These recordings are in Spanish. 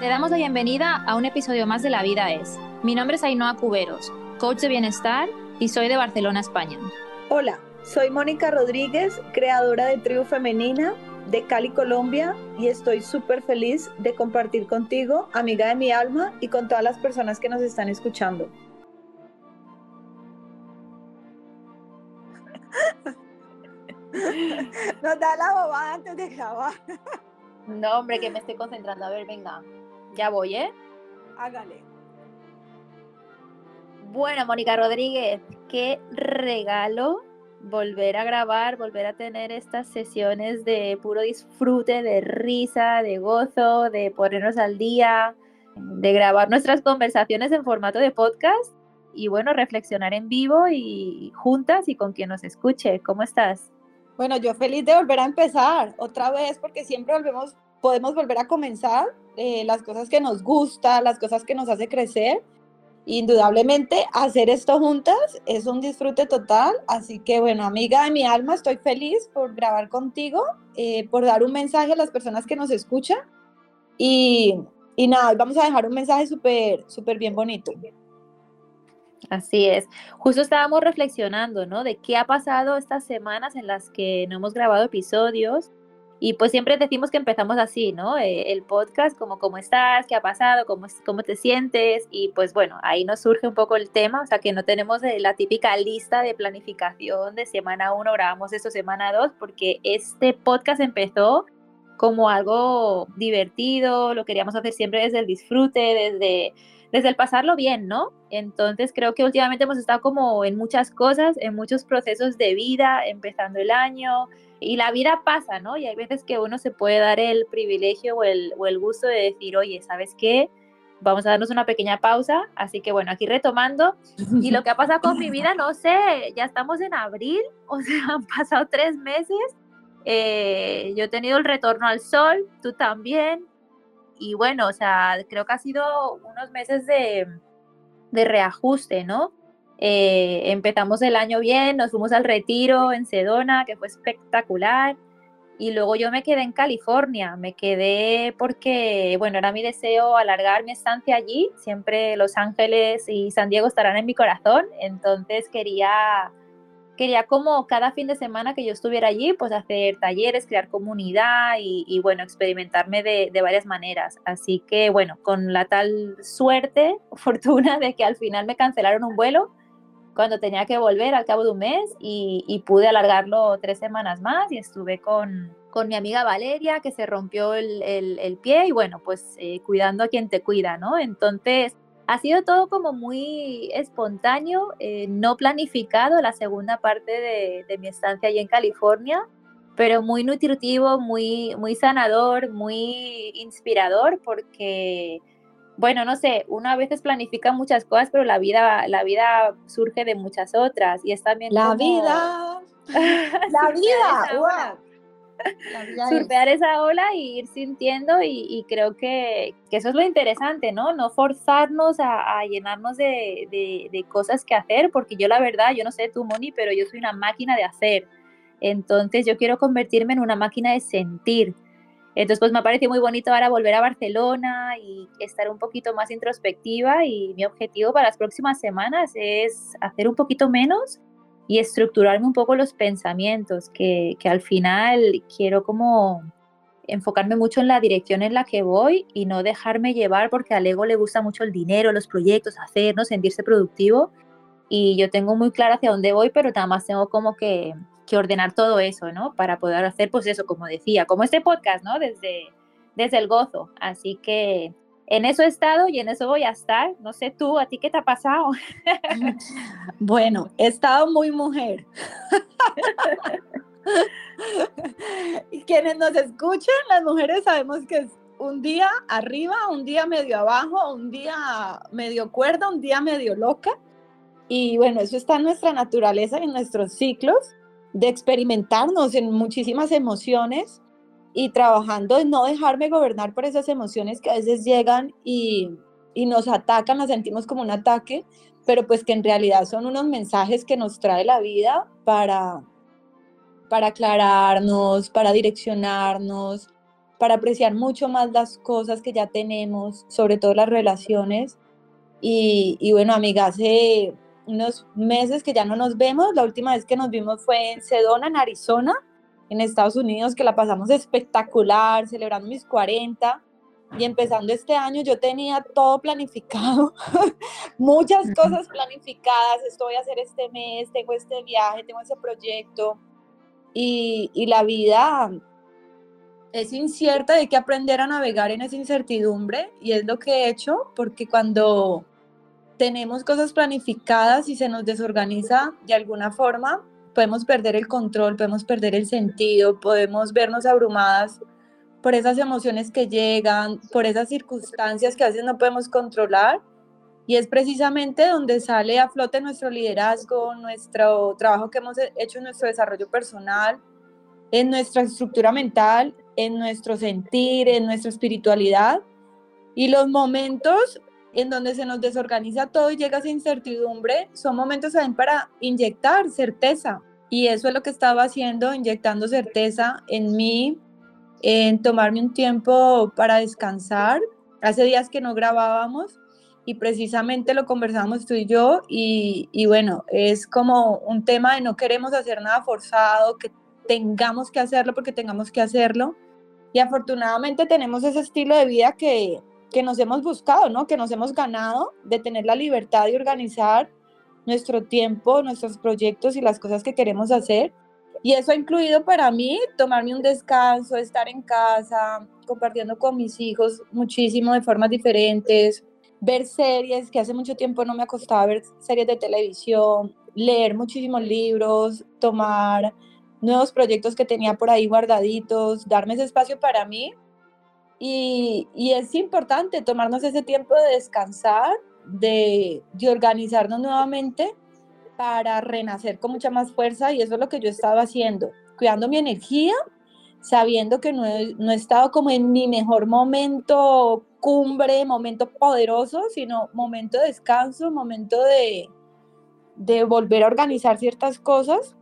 Te damos la bienvenida a un episodio más de La Vida Es. Mi nombre es Ainhoa Cuberos, coach de bienestar y soy de Barcelona, España. Hola, soy Mónica Rodríguez, creadora de Tribu Femenina de Cali, Colombia, y estoy súper feliz de compartir contigo, amiga de mi alma, y con todas las personas que nos están escuchando. Nos da la bobada antes de grabar. No, hombre, que me estoy concentrando. A ver, venga, ya voy, ¿eh? Hágale. Bueno, Mónica Rodríguez, qué regalo volver a grabar, volver a tener estas sesiones de puro disfrute, de risa, de gozo, de ponernos al día, de grabar nuestras conversaciones en formato de podcast y bueno, reflexionar en vivo y juntas y con quien nos escuche. ¿Cómo estás? Bueno, yo feliz de volver a empezar otra vez, porque siempre podemos volver a comenzar las cosas que nos gustan, las cosas que nos hace crecer. Indudablemente hacer esto juntas es un disfrute total, así que bueno, amiga de mi alma, estoy feliz por grabar contigo, por dar un mensaje a las personas que nos escuchan y, y nada, hoy vamos a dejar un mensaje súper bien bonito. Así es. Justo estábamos reflexionando, ¿no? De qué ha pasado estas semanas en las que no hemos grabado episodios y pues siempre decimos que empezamos así, ¿no? El podcast, como cómo estás, qué ha pasado, cómo te sientes y pues bueno, ahí nos surge un poco el tema, o sea que no tenemos la típica lista de planificación de semana 1 grabamos esto semana 2 porque este podcast empezó como algo divertido, lo queríamos hacer siempre desde el disfrute, desde el pasarlo bien, ¿no? Entonces creo que últimamente hemos estado como en muchas cosas, en muchos procesos de vida, empezando el año, y la vida pasa, ¿no? Y hay veces que uno se puede dar el privilegio o el gusto de decir, oye, ¿sabes qué? Vamos a darnos una pequeña pausa, así que bueno, aquí retomando, y lo que ha pasado con mi vida, no sé, ya estamos en abril, o sea, han pasado 3 meses, yo he tenido el retorno al sol, tú también, y bueno, o sea, creo que ha sido unos meses de reajuste, ¿no? Empezamos el año bien, nos fuimos al retiro en Sedona, que fue espectacular, y luego yo me quedé en California, me quedé porque, bueno, era mi deseo alargar mi estancia allí, siempre Los Ángeles y San Diego estarán en mi corazón, entonces quería como cada fin de semana que yo estuviera allí, pues hacer talleres, crear comunidad y bueno, experimentarme de varias maneras. Así que bueno, con la tal suerte, fortuna de que al final me cancelaron un vuelo cuando tenía que volver al cabo de un mes y pude alargarlo 3 semanas más y estuve con mi amiga Valeria que se rompió el pie y bueno, pues cuidando a quien te cuida, ¿no? Entonces ha sido todo como muy espontáneo, no planificado la segunda parte de mi estancia allí en California, pero muy nutritivo, muy sanador, muy inspirador porque bueno, no sé, uno a veces planifica muchas cosas, pero la vida surge de muchas otras y es también La como vida, la surfear vida, esa ola, wow, la vida es. surfear esa ola y ir sintiendo y creo que eso es lo interesante, ¿no? No forzarnos a llenarnos de cosas que hacer, porque yo la verdad, yo no sé tú, Moni, pero yo soy una máquina de hacer. Entonces yo quiero convertirme en una máquina de sentir. Entonces, pues me ha parecido muy bonito ahora volver a Barcelona y estar un poquito más introspectiva y mi objetivo para las próximas semanas es hacer un poquito menos y estructurarme un poco los pensamientos, que al final quiero como enfocarme mucho en la dirección en la que voy y no dejarme llevar porque al ego le gusta mucho el dinero, los proyectos, hacer, ¿no? Sentirse productivo y yo tengo muy claro hacia dónde voy, pero nada más tengo como que ordenar todo eso, ¿no? Para poder hacer, pues eso, como decía, como este podcast, ¿no? Desde el gozo. Así que en eso he estado y en eso voy a estar. No sé tú, ¿a ti qué te ha pasado? Bueno, he estado muy mujer. Y quienes nos escuchan, las mujeres sabemos que es un día arriba, un día medio abajo, un día medio cuerda, un día medio loca. Y bueno, eso está en nuestra naturaleza y en nuestros ciclos de experimentarnos en muchísimas emociones y trabajando en no dejarme gobernar por esas emociones que a veces llegan y nos atacan, las sentimos como un ataque, pero pues que en realidad son unos mensajes que nos trae la vida para aclararnos, para direccionarnos, para apreciar mucho más las cosas que ya tenemos, sobre todo las relaciones. Y bueno, amiga, hace unos meses que ya no nos vemos. La última vez que nos vimos fue en Sedona, en Arizona, en Estados Unidos, que la pasamos espectacular, celebrando mis 40. Y empezando este año yo tenía todo planificado, muchas cosas planificadas. Esto voy a hacer este mes, tengo este viaje, tengo ese proyecto. Y la vida es incierta, hay que aprender a navegar en esa incertidumbre, y es lo que he hecho, porque cuando tenemos cosas planificadas y se nos desorganiza de alguna forma, podemos perder el control, podemos perder el sentido, podemos vernos abrumadas por esas emociones que llegan, por esas circunstancias que a veces no podemos controlar. Y es precisamente donde sale a flote nuestro liderazgo, nuestro trabajo que hemos hecho en nuestro desarrollo personal, en nuestra estructura mental, en nuestro sentir, en nuestra espiritualidad. Y los momentos en donde se nos desorganiza todo y llega esa incertidumbre son momentos también para inyectar certeza. Y eso es lo que estaba haciendo, inyectando certeza en mí, en tomarme un tiempo para descansar. Hace días que no grabábamos y precisamente lo conversamos tú y yo, y bueno, es como un tema de no queremos hacer nada forzado, que tengamos que hacerlo porque tengamos que hacerlo. Y afortunadamente tenemos ese estilo de vida que nos hemos buscado, ¿no? Que nos hemos ganado, de tener la libertad de organizar nuestro tiempo, nuestros proyectos y las cosas que queremos hacer. Y eso ha incluido para mí tomarme un descanso, estar en casa, compartiendo con mis hijos muchísimo de formas diferentes, ver series, que hace mucho tiempo no me acostaba ver series de televisión, leer muchísimos libros, tomar nuevos proyectos que tenía por ahí guardaditos, darme ese espacio para mí. Y es importante tomarnos ese tiempo de descansar, de organizarnos nuevamente para renacer con mucha más fuerza, y eso es lo que yo estaba haciendo, cuidando mi energía, sabiendo que no he estado como en mi mejor momento cumbre, momento poderoso, sino momento de descanso, momento de volver a organizar ciertas cosas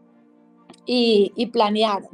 y planear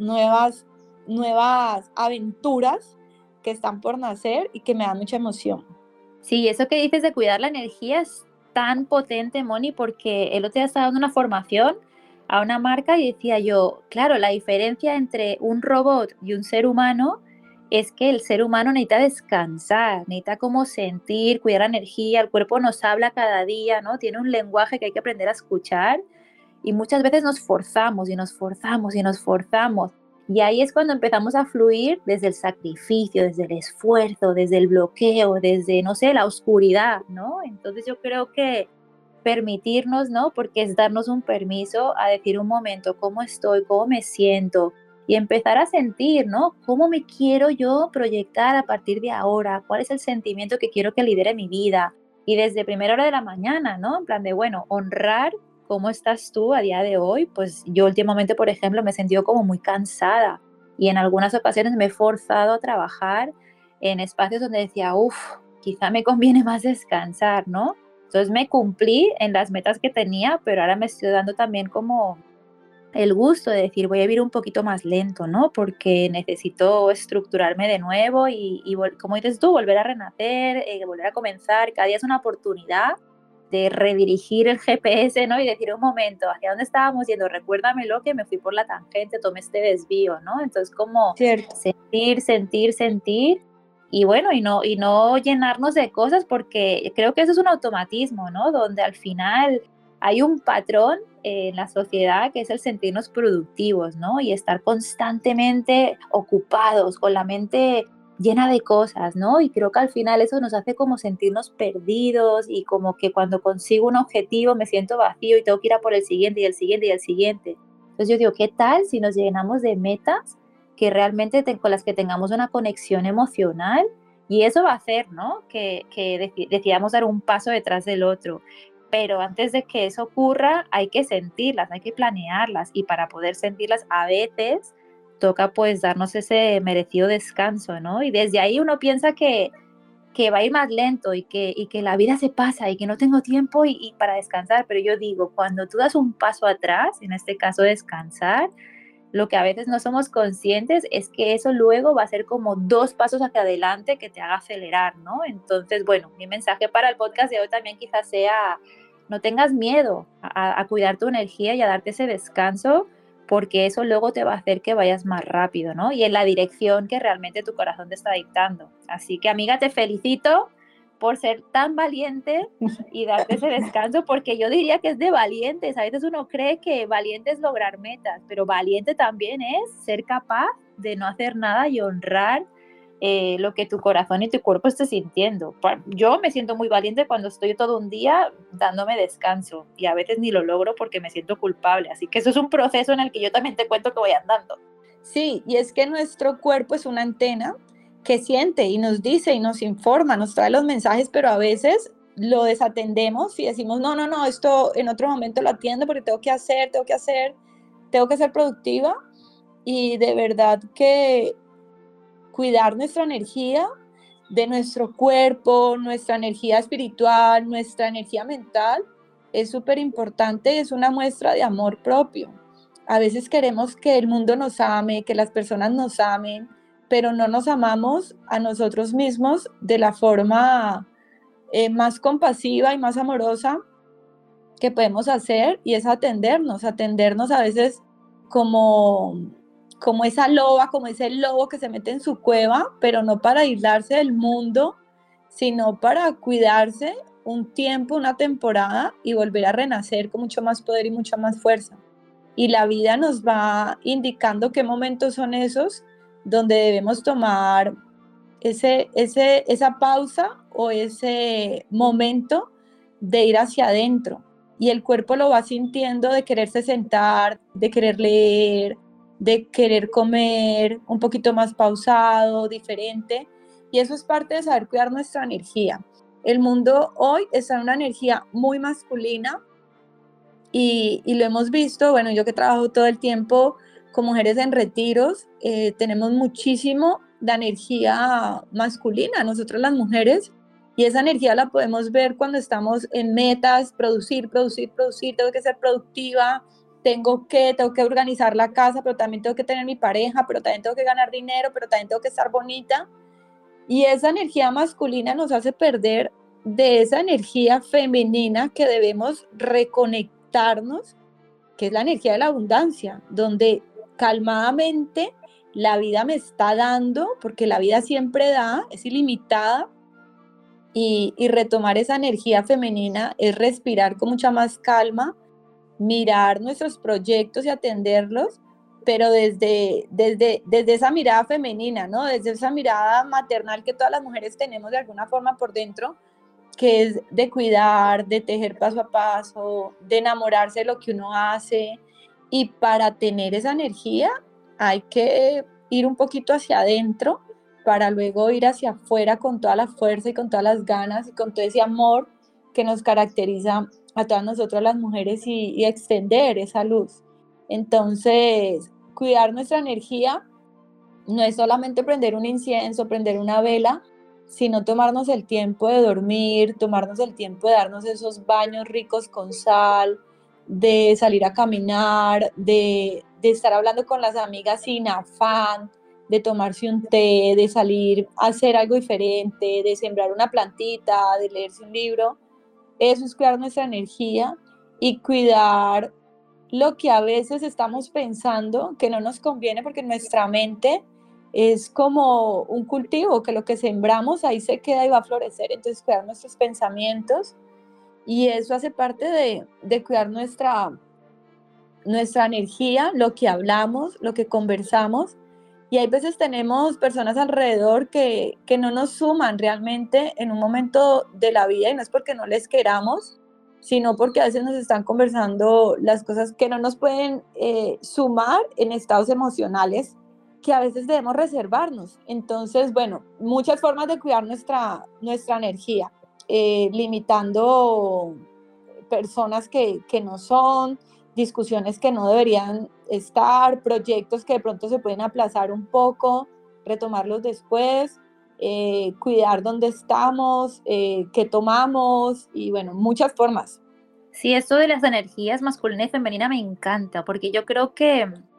nuevas aventuras que están por nacer y que me dan mucha emoción. Sí, eso que dices de cuidar la energía es tan potente, Moni, porque el otro día estaba dando una formación a una marca y decía yo, claro, la diferencia entre un robot y un ser humano es que el ser humano necesita descansar, necesita como sentir, cuidar la energía, el cuerpo nos habla cada día, ¿no? Tiene un lenguaje que hay que aprender a escuchar, y muchas veces nos forzamos y nos forzamos y nos forzamos. Y ahí es cuando empezamos a fluir desde el sacrificio, desde el esfuerzo, desde el bloqueo, desde, no sé, la oscuridad, ¿no? Entonces yo creo que permitirnos, ¿no? Porque es darnos un permiso a decir un momento, ¿cómo estoy? ¿Cómo me siento? Y empezar a sentir, ¿no? ¿Cómo me quiero yo proyectar a partir de ahora? ¿Cuál es el sentimiento que quiero que lidere mi vida? Y desde primera hora de la mañana, ¿no? En plan de, bueno, honrar cómo estás tú a día de hoy. Pues yo últimamente, por ejemplo, me he sentido como muy cansada y en algunas ocasiones me he forzado a trabajar en espacios donde decía, uff, quizá me conviene más descansar, ¿no? Entonces me cumplí en las metas que tenía, pero ahora me estoy dando también como el gusto de decir, voy a vivir un poquito más lento, ¿no? Porque necesito estructurarme de nuevo y como dices tú, volver a renacer, volver a comenzar. Cada día es una oportunidad de redirigir el GPS, ¿no? Y decir, un momento, ¿hacia dónde estábamos yendo? Recuérdamelo, que me fui por la tangente, tomé este desvío, ¿no? Entonces, como Cierto. sentir, sentir, sentir, y bueno, y no llenarnos de cosas, porque creo que eso es un automatismo, ¿no? Donde al final hay un patrón en la sociedad que es el sentirnos productivos, ¿no? Y estar constantemente ocupados, con la mente llena de cosas, ¿no? Y creo que al final eso nos hace como sentirnos perdidos, y como que cuando consigo un objetivo me siento vacío y tengo que ir a por el siguiente y el siguiente y el siguiente. Entonces yo digo, ¿qué tal si nos llenamos de metas que realmente con las que tengamos una conexión emocional? Y eso va a hacer, ¿no? Que decidamos dar un paso detrás del otro. Pero antes de que eso ocurra, hay que sentirlas, hay que planearlas, y para poder sentirlas a veces toca pues darnos ese merecido descanso, ¿no? Y desde ahí uno piensa que va a ir más lento y que la vida se pasa y que no tengo tiempo y para descansar, pero yo digo, cuando tú das un paso atrás, en este caso descansar, Lo que a veces no somos conscientes es que eso luego va a ser como 2 pasos hacia adelante que te haga acelerar, ¿no? Entonces, bueno, mi mensaje para el podcast de hoy también quizás sea, no tengas miedo a cuidar tu energía y a darte ese descanso, porque eso luego te va a hacer que vayas más rápido, ¿no? Y en la dirección que realmente tu corazón te está dictando. Así que, amiga, te felicito por ser tan valiente y darte ese descanso, porque yo diría que es de valientes. A veces uno cree que valiente es lograr metas, pero valiente también es ser capaz de no hacer nada y honrar lo que tu corazón y tu cuerpo esté sintiendo. Yo me siento muy valiente cuando estoy todo un día dándome descanso y a veces ni lo logro porque me siento culpable. Así que eso es un proceso en el que yo también te cuento que voy andando. Sí, y es que nuestro cuerpo es una antena que siente y nos dice y nos informa, nos trae los mensajes, pero a veces lo desatendemos y decimos, no, no, no, esto en otro momento lo atiendo porque tengo que ser productiva. Y de verdad que cuidar nuestra energía, de nuestro cuerpo, nuestra energía espiritual, nuestra energía mental, es súper importante, es una muestra de amor propio. A veces queremos que el mundo nos ame, que las personas nos amen, pero no nos amamos a nosotros mismos de la forma más compasiva y más amorosa que podemos hacer, y es atendernos a veces como, como esa loba, como ese lobo que se mete en su cueva, pero no para aislarse del mundo, sino para cuidarse un tiempo, una temporada y volver a renacer con mucho más poder y mucha más fuerza. Y la vida nos va indicando qué momentos son esos donde debemos tomar esa pausa o ese momento de ir hacia adentro. Y el cuerpo lo va sintiendo de quererse sentar, de querer leer, de querer comer un poquito más pausado, diferente. Y eso es parte de saber cuidar nuestra energía. El mundo hoy está en una energía muy masculina y lo hemos visto, bueno, yo que trabajo todo el tiempo con mujeres en retiros, tenemos muchísimo la energía masculina, nosotros las mujeres, y esa energía la podemos ver cuando estamos en metas, producir, producir, producir, tengo que ser productiva, tengo que organizar la casa, pero también tengo que tener mi pareja, pero también tengo que ganar dinero, pero también tengo que estar bonita, y esa energía masculina nos hace perder de esa energía femenina que debemos reconectarnos, que es la energía de la abundancia, donde calmadamente la vida me está dando, porque la vida siempre da, es ilimitada, y retomar esa energía femenina es respirar con mucha más calma, mirar nuestros proyectos y atenderlos, pero desde esa mirada femenina, ¿no? Desde esa mirada maternal que todas las mujeres tenemos de alguna forma por dentro, que es de cuidar, de tejer paso a paso, de enamorarse de lo que uno hace. Y para tener esa energía hay que ir un poquito hacia adentro para luego ir hacia afuera con toda la fuerza y con todas las ganas y con todo ese amor que nos caracteriza a todas nosotras las mujeres y extender esa luz. Entonces, cuidar nuestra energía no es solamente prender un incienso, prender una vela, sino tomarnos el tiempo de dormir, tomarnos el tiempo de darnos esos baños ricos con sal, de salir a caminar, de estar hablando con las amigas sin afán, de tomarse un té, de salir a hacer algo diferente, de sembrar una plantita, de leerse un libro. Eso es cuidar nuestra energía y cuidar lo que a veces estamos pensando que no nos conviene, porque nuestra mente es como un cultivo, que lo que sembramos ahí se queda y va a florecer. Entonces cuidar nuestros pensamientos, y eso hace parte de cuidar nuestra energía, lo que hablamos, lo que conversamos. Y hay veces tenemos personas alrededor que no nos suman realmente en un momento de la vida, y no es porque no les queramos, sino porque a veces nos están conversando las cosas que no nos pueden sumar en estados emocionales que a veces debemos reservarnos. Entonces, bueno, muchas formas de cuidar nuestra energía, limitando personas que no son, discusiones que no deberían estar, proyectos que de pronto se pueden aplazar un poco, retomarlos después, cuidar dónde estamos, qué tomamos, y bueno, muchas formas. Sí, esto de las energías masculina y femenina me encanta, porque yo creo que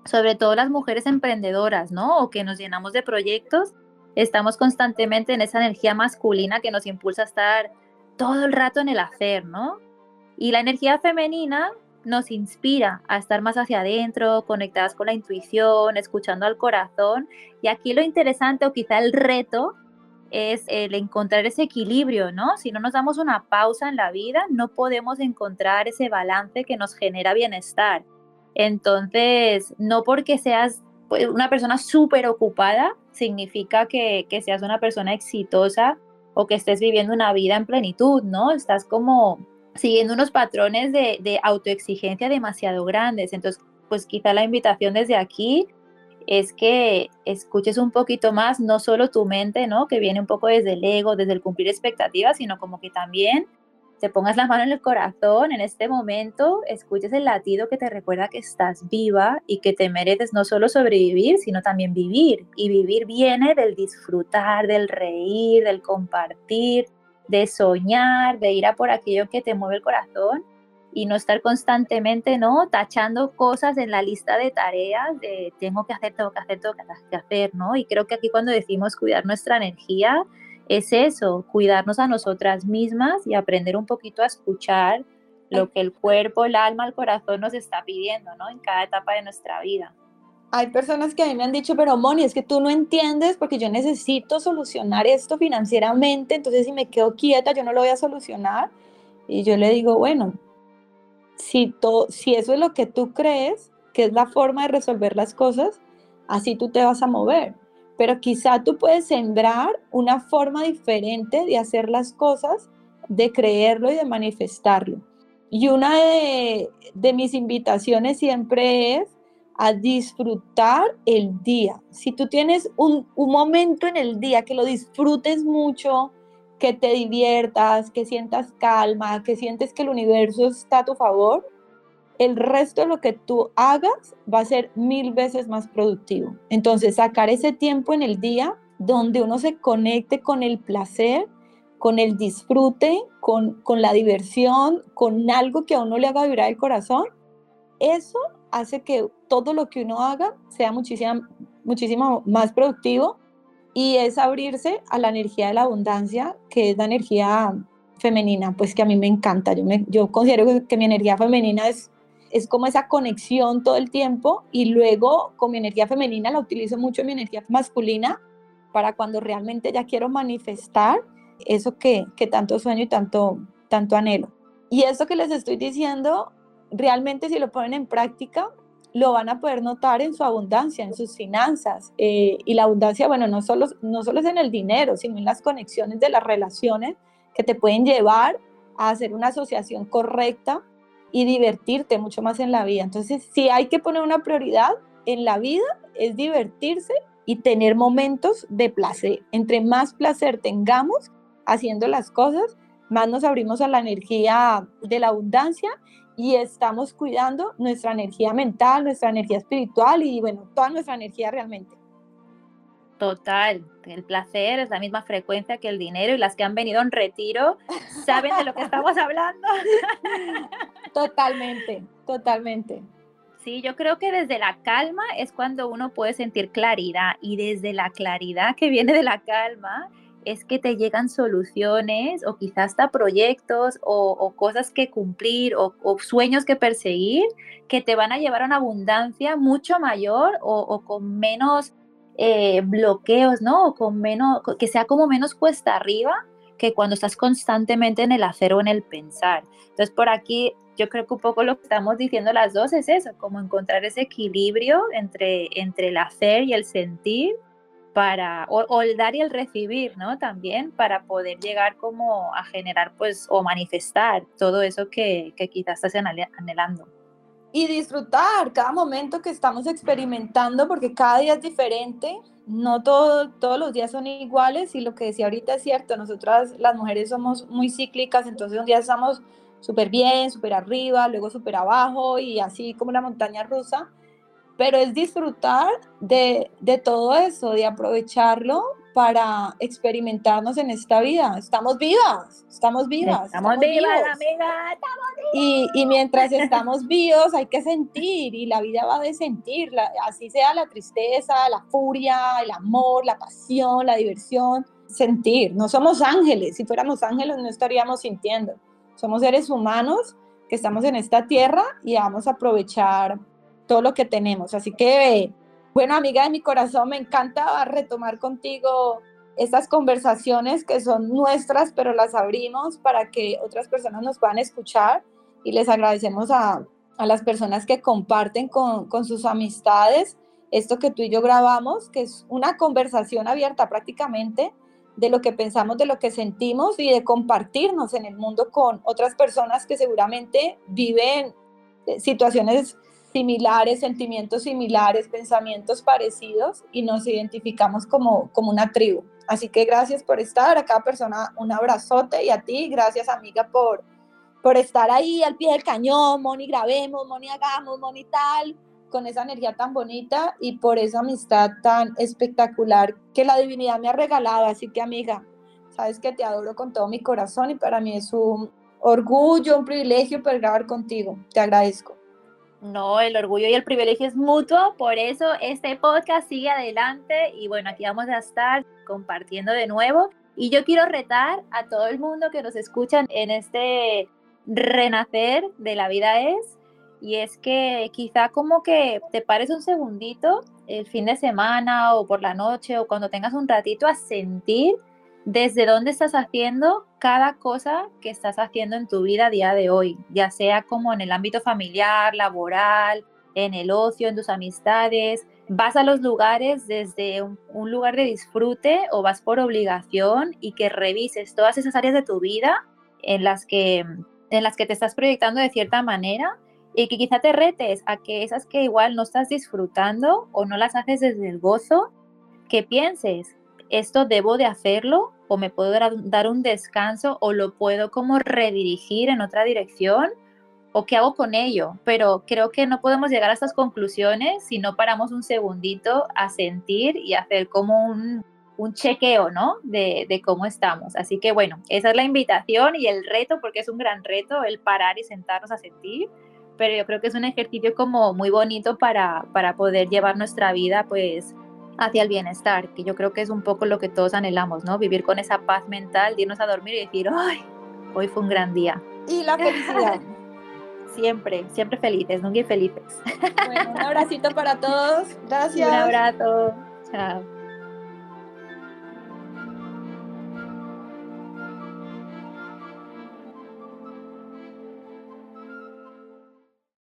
sobre todo las mujeres emprendedoras, ¿no? O que nos llenamos de proyectos, estamos constantemente en esa energía masculina que nos impulsa a estar todo el rato en el hacer, ¿no? Y la energía femenina nos inspira a estar más hacia adentro, conectadas con la intuición, escuchando al corazón. Y aquí lo interesante o quizá el reto es el encontrar ese equilibrio, ¿no? Si no nos damos una pausa en la vida, no podemos encontrar ese balance que nos genera bienestar. Entonces, no porque seas pues, una persona súper ocupada, significa que seas una persona exitosa o que estés viviendo una vida en plenitud, ¿no? Estás como siguiendo unos patrones de autoexigencia demasiado grandes. Entonces, pues quizá la invitación desde aquí es que escuches un poquito más, no solo tu mente, ¿no? Que viene un poco desde el ego, desde el cumplir expectativas, sino como que también te pongas la mano en el corazón en este momento, escuches el latido que te recuerda que estás viva y que te mereces no solo sobrevivir, sino también vivir. Y vivir viene del disfrutar, del reír, del compartir, de soñar, de ir a por aquello que te mueve el corazón y no estar constantemente, ¿no? Tachando cosas en la lista de tareas de tengo que hacer, tengo que hacer, tengo que hacer, ¿no? Y creo que aquí cuando decimos cuidar nuestra energía es eso, cuidarnos a nosotras mismas y aprender un poquito a escuchar lo que el cuerpo, el alma, el corazón nos está pidiendo, ¿no? En cada etapa de nuestra vida. Hay personas que a mí me han dicho, pero Moni, es que tú no entiendes porque yo necesito solucionar esto financieramente, entonces si me quedo quieta yo no lo voy a solucionar. Y yo le digo, bueno, si eso es lo que tú crees, que es la forma de resolver las cosas, así tú te vas a mover. Pero quizá tú puedes sembrar una forma diferente de hacer las cosas, de creerlo y de manifestarlo. Y una de mis invitaciones siempre es a disfrutar el día. Si tú tienes un momento en el día que lo disfrutes mucho, que te diviertas, que sientas calma, que sientes que el universo está a tu favor, el resto de lo que tú hagas va a ser 1000 veces más productivo. Entonces, sacar ese tiempo en el día donde uno se conecte con el placer, con el disfrute, con la diversión, con algo que a uno le haga vibrar el corazón, eso hace que todo lo que uno haga sea muchísimo más productivo y es abrirse a la energía de la abundancia, que es la energía femenina, pues que a mí me encanta. Yo considero que mi energía femenina es como esa conexión todo el tiempo y luego con mi energía femenina la utilizo mucho en mi energía masculina para cuando realmente ya quiero manifestar eso que tanto sueño y tanto anhelo. Y eso que les estoy diciendo, realmente si lo ponen en práctica, lo van a poder notar en su abundancia, en sus finanzas. Y la abundancia, bueno, no solo es en el dinero, sino en las conexiones de las relaciones que te pueden llevar a hacer una asociación correcta y divertirte mucho más en la vida. Entonces, si hay que poner una prioridad en la vida, es divertirse y tener momentos de placer. Entre más placer tengamos haciendo las cosas, más nos abrimos a la energía de la abundancia y estamos cuidando nuestra energía mental, nuestra energía espiritual y, bueno, toda nuestra energía realmente. Total, el placer es la misma frecuencia que el dinero y las que han venido en retiro saben de lo que estamos hablando. Totalmente, totalmente. Sí, yo creo que desde la calma es cuando uno puede sentir claridad y desde la claridad que viene de la calma es que te llegan soluciones o quizás hasta proyectos o cosas que cumplir o sueños que perseguir que te van a llevar a una abundancia mucho mayor o con menos bloqueos, ¿no? O con menos, que sea como menos cuesta arriba que cuando estás constantemente en el hacer o en el pensar. Entonces, por aquí yo creo que un poco lo que estamos diciendo las dos es eso, como encontrar ese equilibrio entre el hacer y el sentir o el dar y el recibir, ¿no? También para poder llegar como a generar, pues, o manifestar todo eso que quizás estás anhelando. Y disfrutar cada momento que estamos experimentando, porque cada día es diferente, no todos los días son iguales y lo que decía ahorita es cierto, nosotras las mujeres somos muy cíclicas, entonces un día estamos súper bien, súper arriba, luego súper abajo y así como la montaña rusa, pero es disfrutar de todo eso, de aprovecharlo para experimentarnos en esta vida. Estamos vivas, estamos vivas, Estamos vivas, vivos. amiga. Y mientras estamos vivos hay que sentir, y la vida va de sentir, así sea la tristeza, la furia, el amor, la pasión, la diversión, sentir. No somos ángeles, si fuéramos ángeles no estaríamos sintiendo. Somos seres humanos que estamos en esta tierra y vamos a aprovechar todo lo que tenemos. Así que, bueno, amiga de mi corazón, me encanta retomar contigo estas conversaciones que son nuestras, pero las abrimos para que otras personas nos puedan escuchar, y les agradecemos a las personas que comparten con sus amistades esto que tú y yo grabamos, que es una conversación abierta prácticamente de lo que pensamos, de lo que sentimos y de compartirnos en el mundo con otras personas que seguramente viven situaciones similares, sentimientos similares, pensamientos parecidos, y nos identificamos como una tribu. Así que gracias por estar, a cada persona un abrazote, y a ti, gracias amiga por estar ahí al pie del cañón. Moni, grabemos, Moni, hagamos, Moni, tal, con esa energía tan bonita y por esa amistad tan espectacular que la divinidad me ha regalado. Así que amiga, sabes que te adoro con todo mi corazón, y para mí es un orgullo, un privilegio poder grabar contigo. Te agradezco. No, el orgullo y el privilegio es mutuo, por eso este podcast sigue adelante y bueno, aquí vamos a estar compartiendo de nuevo. Y yo quiero retar a todo el mundo que nos escuchan en este renacer de la vida y es que quizá como que te pares un segundito el fin de semana o por la noche o cuando tengas un ratito a sentir desde dónde estás haciendo cada cosa que estás haciendo en tu vida a día de hoy, ya sea como en el ámbito familiar, laboral, en el ocio, en tus amistades. ¿Vas a los lugares desde un lugar de disfrute o vas por obligación? Y que revises todas esas áreas de tu vida en las que te estás proyectando de cierta manera, y que quizá te retes a que esas que igual no estás disfrutando o no las haces desde el gozo, que pienses, esto debo de hacerlo o me puedo dar un descanso o lo puedo como redirigir en otra dirección o qué hago con ello. Pero creo que no podemos llegar a estas conclusiones si no paramos un segundito a sentir y hacer como un chequeo, ¿no? De cómo estamos. Así que bueno, esa es la invitación y el reto, porque es un gran reto el parar y sentarnos a sentir, pero yo creo que es un ejercicio como muy bonito para poder llevar nuestra vida pues hacia el bienestar, que yo creo que es un poco lo que todos anhelamos, ¿no? Vivir con esa paz mental de irnos a dormir y decir, ¡ay! Hoy fue un gran día. Y la felicidad. Siempre, siempre felices, nunca infelices. Bueno, un abracito para todos. Gracias. Un abrazo. Chao.